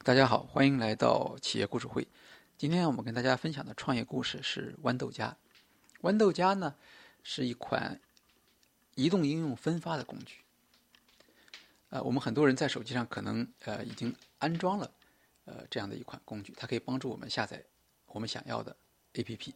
大家好，欢迎来到企业故事会。今天我们跟大家分享的创业故事是豌豆荚。豌豆荚呢是一款移动应用分发的工具。我们很多人在手机上可能已经安装了这样的一款工具，它可以帮助我们下载我们想要的 APP。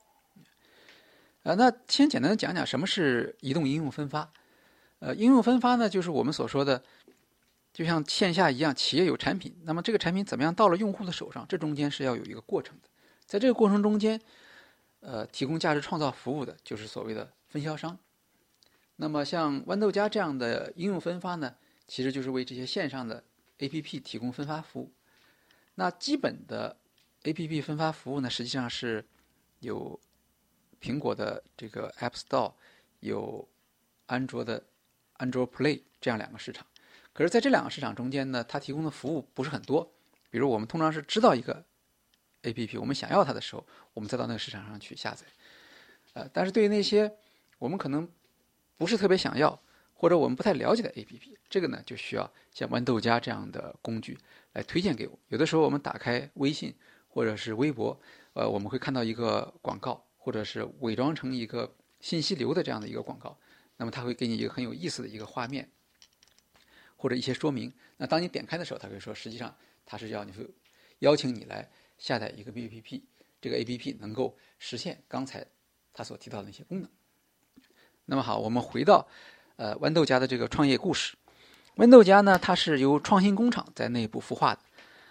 那先简单的讲讲什么是移动应用分发。应用分发呢，就是我们所说的，就像线下一样，企业有产品，那么这个产品怎么样到了用户的手上，这中间是要有一个过程的。在这个过程中间，提供价值创造服务的就是所谓的分销商。那么像豌豆荚这样的应用分发呢，其实就是为这些线上的 APP 提供分发服务。那基本的 APP 分发服务呢，实际上是有苹果的这个 App Store， 有安卓的 Android Play 这样两个市场。可是在这两个市场中间呢，它提供的服务不是很多。比如我们通常是知道一个 APP， 我们想要它的时候，我们再到那个市场上去下载。但是对于那些我们可能不是特别想要，或者我们不太了解的 APP， 这个呢就需要像豌豆荚这样的工具来推荐给我。有的时候我们打开微信或者是微博，我们会看到一个广告，或者是伪装成一个信息流的这样的一个广告，那么它会给你一个很有意思的一个画面，或者一些说明。那当你点开的时候，它会说，实际上它是邀请你来下载一个 APP， 这个 APP 能够实现刚才它所提到的那些功能。那么好，我们回到豌豆荚的这个创业故事。豌豆荚呢，它是由创新工厂在内部孵化的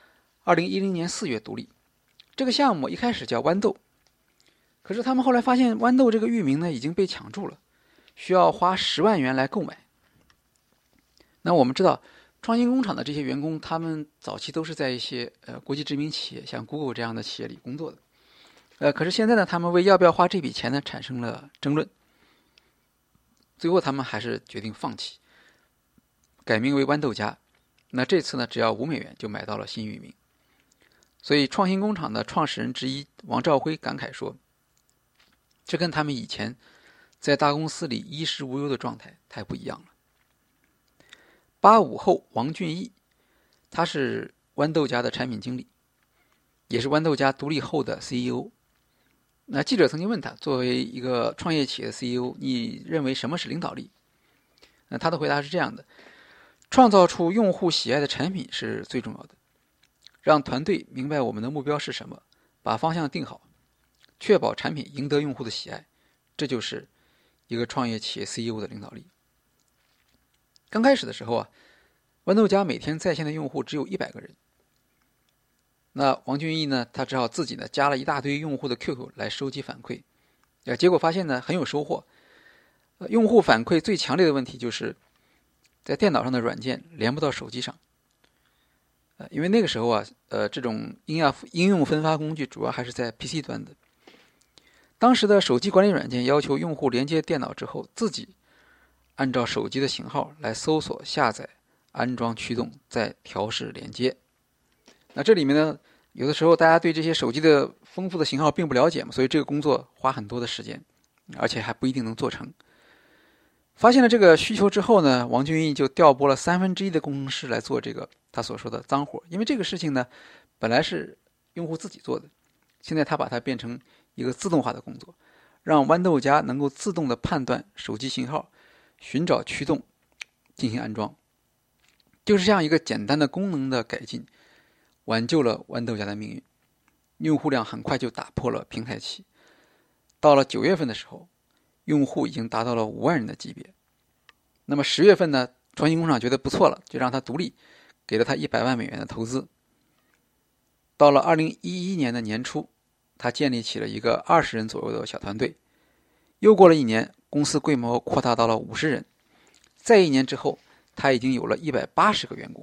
，2010年4月独立。这个项目一开始叫豌豆，可是他们后来发现豌豆这个域名呢已经被抢注了，需要花10万元来购买。那我们知道，创新工厂的这些员工，他们早期都是在一些国际知名企业，像 Google 这样的企业里工作的。可是现在呢，他们为要不要花这笔钱呢产生了争论。最后他们还是决定放弃，改名为豌豆荚。那这次呢，只要5美元就买到了新域名。所以创新工厂的创始人之一王兆辉感慨说，这跟他们以前在大公司里衣食无忧的状态太不一样了。85后王俊义，他是豌豆荚的产品经理，也是豌豆荚独立后的 CEO。 那记者曾经问他，作为一个创业企业的 CEO， 你认为什么是领导力？那他的回答是这样的：创造出用户喜爱的产品是最重要的，让团队明白我们的目标是什么，把方向定好，确保产品赢得用户的喜爱，这就是一个创业企业 CEO 的领导力。刚开始的时候啊，豌豆荚每天在线的用户只有100个人。那王俊义呢，他只好自己呢加了一大堆用户的 QQ 来收集反馈。结果发现呢很有收获。用户反馈最强烈的问题就是在电脑上的软件连不到手机上。因为那个时候啊，这种应用分发工具主要还是在 PC 端的。当时的手机管理软件要求用户连接电脑之后，自己按照手机的型号来搜索、下载、安装、驱动，再调试连接。那这里面呢，有的时候大家对这些手机的丰富的型号并不了解嘛，所以这个工作花很多的时间，而且还不一定能做成。发现了这个需求之后呢，王俊义就调拨了1/3的工程师来做这个他所说的脏活。因为这个事情呢，本来是用户自己做的，现在他把它变成一个自动化的工作，让豌豆荚能够自动的判断手机型号，寻找驱动，进行安装。就是这样一个简单的功能的改进，挽救了豌豆荚的命运。用户量很快就打破了平台期，到了9月份的时候，用户已经达到了5万人的级别。那么10月份呢，创新工厂觉得不错了，就让他独立，给了他100万美元的投资。到了2011年的年初，他建立起了一个20人左右的小团队。又过了1年，公司规模扩大到了50人。再1年之后，他已经有了180个员工。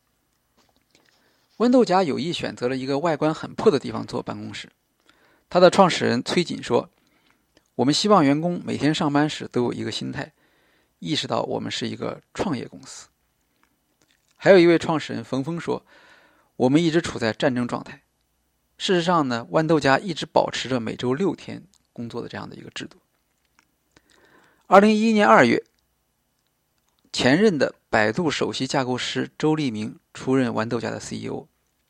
豌豆荚有意选择了一个外观很破的地方做办公室。他的创始人崔锦说，我们希望员工每天上班时都有一个心态，意识到我们是一个创业公司。还有一位创始人冯峰说，我们一直处在战争状态。事实上呢，豌豆荚一直保持着每周6天工作的这样的一个制度。2011年2月，前任的百度首席架构师周立明出任豌豆荚的 CEO。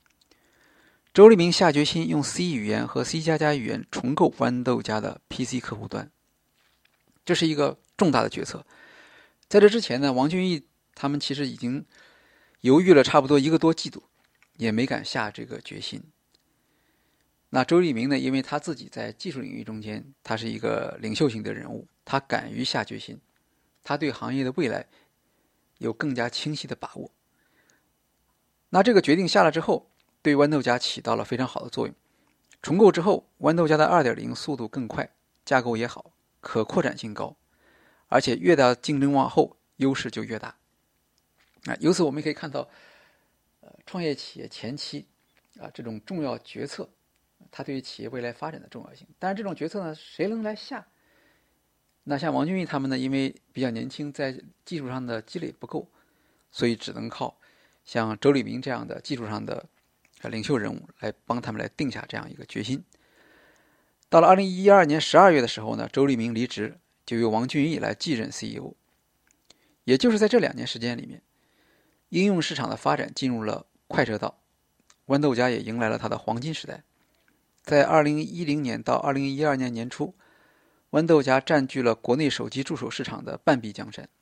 周立明下决心用 C 语言和 C++ 语言重构豌豆荚的 PC 客户端，这是一个重大的决策。在这之前呢，王俊义他们其实已经犹豫了差不多1个多季度，也没敢下这个决心。那周立明呢，因为他自己在技术领域中间，他是一个领袖型的人物，他敢于下决心，他对行业的未来有更加清晰的把握。那这个决定下了之后，对豌豆荚起到了非常好的作用。重构之后，豌豆荚的 2.0 速度更快，架构也好，可扩展性高，而且越大竞争往后，优势就越大。由此我们可以看到，创业企业前期这种重要决策，它对于企业未来发展的重要性。但是这种决策呢，谁能来下？那像王俊义他们呢，因为比较年轻，在技术上的积累不够，所以只能靠像周立明这样的技术上的领袖人物来帮他们来定下这样一个决心。到了2012年12月的时候呢，周立明离职，就由王俊义来继任 CEO。也就是在这2年时间里面，应用市场的发展进入了快车道，豌豆荚也迎来了它的黄金时代。在2010年到2012年年初，豌豆荚占据了国内手机助手市场的半壁江山。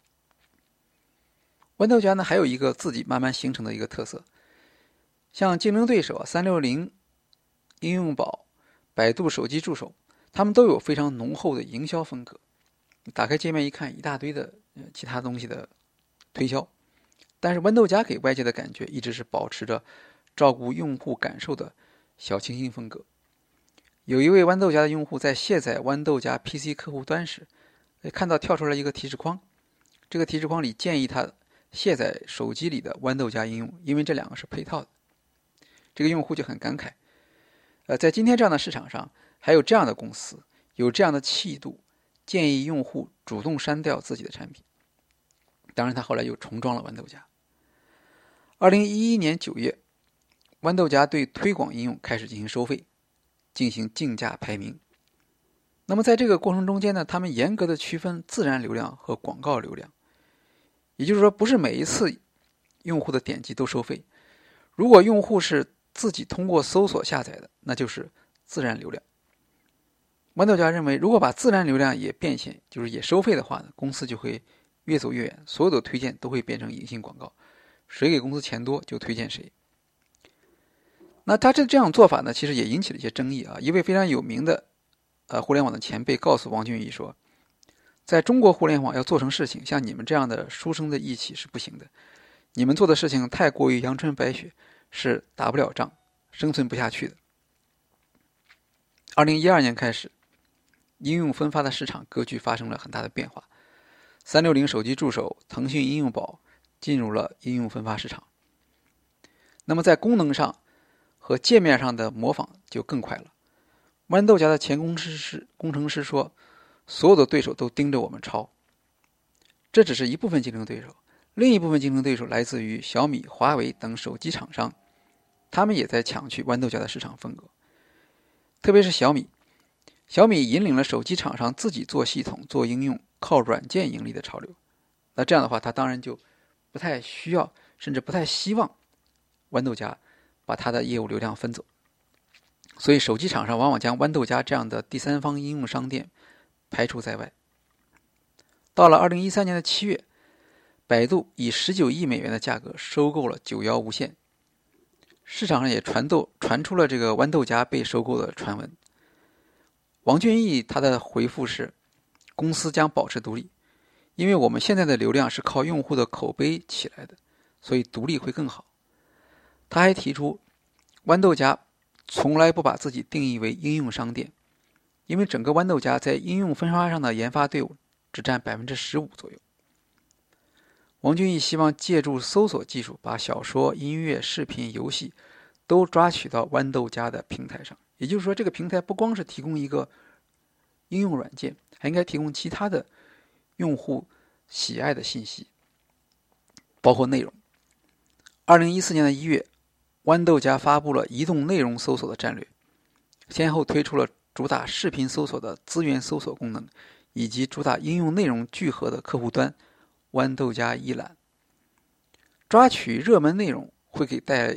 豌豆荚呢，还有一个自己慢慢形成的一个特色，像竞争对手360、应用宝、百度手机助手，他们都有非常浓厚的营销风格。打开界面一看，一大堆的其他东西的推销，但是豌豆荚给外界的感觉一直是保持着照顾用户感受的小清新风格。有一位豌豆荚的用户在卸载豌豆荚 PC 客户端时，看到跳出来一个提示框，这个提示框里建议他卸载手机里的豌豆荚应用，因为这2个是配套的。这个用户就很感慨，在今天这样的市场上，还有这样的公司，有这样的气度，建议用户主动删掉自己的产品。当然他后来又重装了豌豆荚。2011年9月，豌豆荚对推广应用开始进行收费，进行竞价排名。那么在这个过程中间呢，他们严格的区分自然流量和广告流量。也就是说，不是每一次用户的点击都收费。如果用户是自己通过搜索下载的，那就是自然流量。豌豆荚认为，如果把自然流量也变现，就是也收费的话呢，公司就会越走越远，所有的推荐都会变成隐性广告，谁给公司钱多就推荐谁。那他这样做法呢，其实也引起了一些争议啊。一位非常有名的互联网的前辈告诉王俊义说，在中国互联网要做成事情，像你们这样的书生的义气是不行的，你们做的事情太过于阳春白雪，是打不了仗，生存不下去的。2012年开始，应用分发的市场格局发生了很大的变化。360手机助手、腾讯应用宝进入了应用分发市场。那么在功能上和界面上的模仿就更快了。豌豆荚的前工程师说，所有的对手都盯着我们抄。这只是一部分竞争对手，另一部分竞争对手来自于小米、华为等手机厂商，他们也在抢去豌豆荚的市场份额。特别是小米引领了手机厂商自己做系统、做应用、靠软件盈利的潮流。那这样的话，他当然就不太需要，甚至不太希望豌豆荚把它的业务流量分走。所以手机厂商往往将豌豆荚这样的第三方应用商店排除在外。到了2013年的7月，百度以19亿美元的价格收购了91无线，市场上也传出了这个豌豆荚被收购的传闻。王俊义他的回复是，公司将保持独立，因为我们现在的流量是靠用户的口碑起来的，所以独立会更好。他还提出，豌豆荚从来不把自己定义为应用商店，因为整个豌豆荚在应用分发上的研发队伍只占 15% 左右。王俊义希望借助搜索技术，把小说、音乐、视频、游戏都抓取到豌豆荚的平台上。也就是说，这个平台不光是提供一个应用软件，还应该提供其他的用户喜爱的信息，包括内容。2014年的1月，豌豆荚发布了移动内容搜索的战略，先后推出了主打视频搜索的资源搜索功能，以及主打应用内容聚合的客户端豌豆荚一览。抓取热门内容会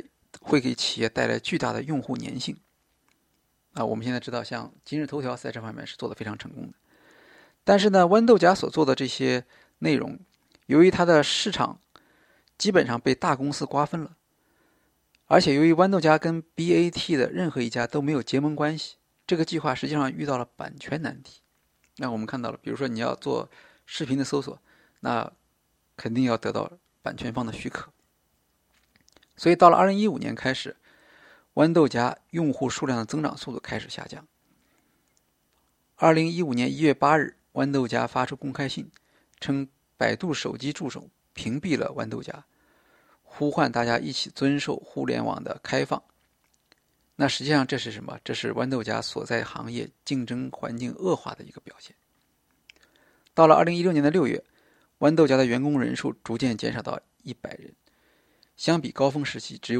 会给企业带来巨大的用户粘性。我们现在知道，像今日头条在这方面是做得非常成功的。但是呢，豌豆荚所做的这些内容，由于它的市场基本上被大公司瓜分了，而且由于豌豆荚跟 BAT 的任何一家都没有结盟关系，这个计划实际上遇到了版权难题。那我们看到了，比如说你要做视频的搜索，那肯定要得到版权方的许可。所以到了2015年开始，豌豆荚用户数量的增长速度开始下降。2015年1月8日，豌豆荚发出公开信，称百度手机助手屏蔽了豌豆荚，呼唤大家一起遵守互联网的开放。那实际上这是什么？这是豌豆荚所在行业竞争环境恶化的一个表现。到了2016年的6月，豌豆荚的员工人数逐渐减少到100人，相比高峰时期只有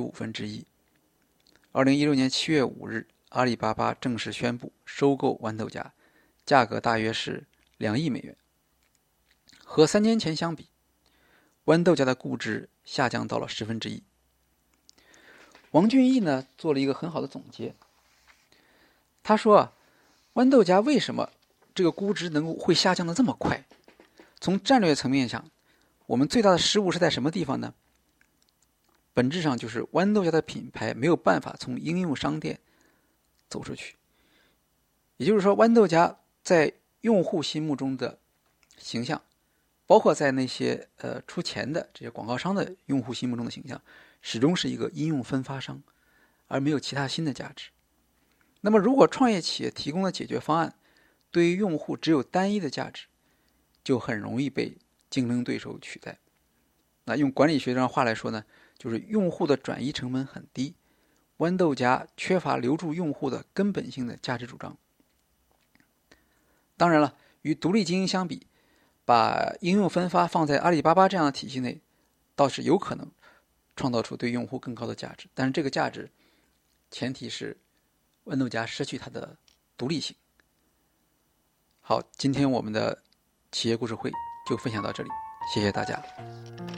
1/5。2016年7月5日，阿里巴巴正式宣布收购豌豆荚，价格大约是2亿美元。和3年前相比，豌豆荚的估值下降到了1/10。王俊毅呢做了一个很好的总结，他说豌豆荚为什么这个估值会下降的这么快？从战略层面上，我们最大的失误是在什么地方呢？本质上就是豌豆荚的品牌没有办法从应用商店走出去。也就是说，豌豆荚在用户心目中的形象，包括在那些出钱的这些广告商的用户心目中的形象，始终是一个应用分发商，而没有其他新的价值。那么如果创业企业提供的解决方案对于用户只有单一的价值，就很容易被竞争对手取代。那用管理学上的话来说呢，就是用户的转移成本很低，豌豆荚缺乏留住用户的根本性的价值主张。当然了，与独立经营相比，把应用分发放在阿里巴巴这样的体系内，倒是有可能创造出对用户更高的价值，但是这个价值前提是豌豆荚失去它的独立性。好，今天我们的企业故事会就分享到这里，谢谢大家。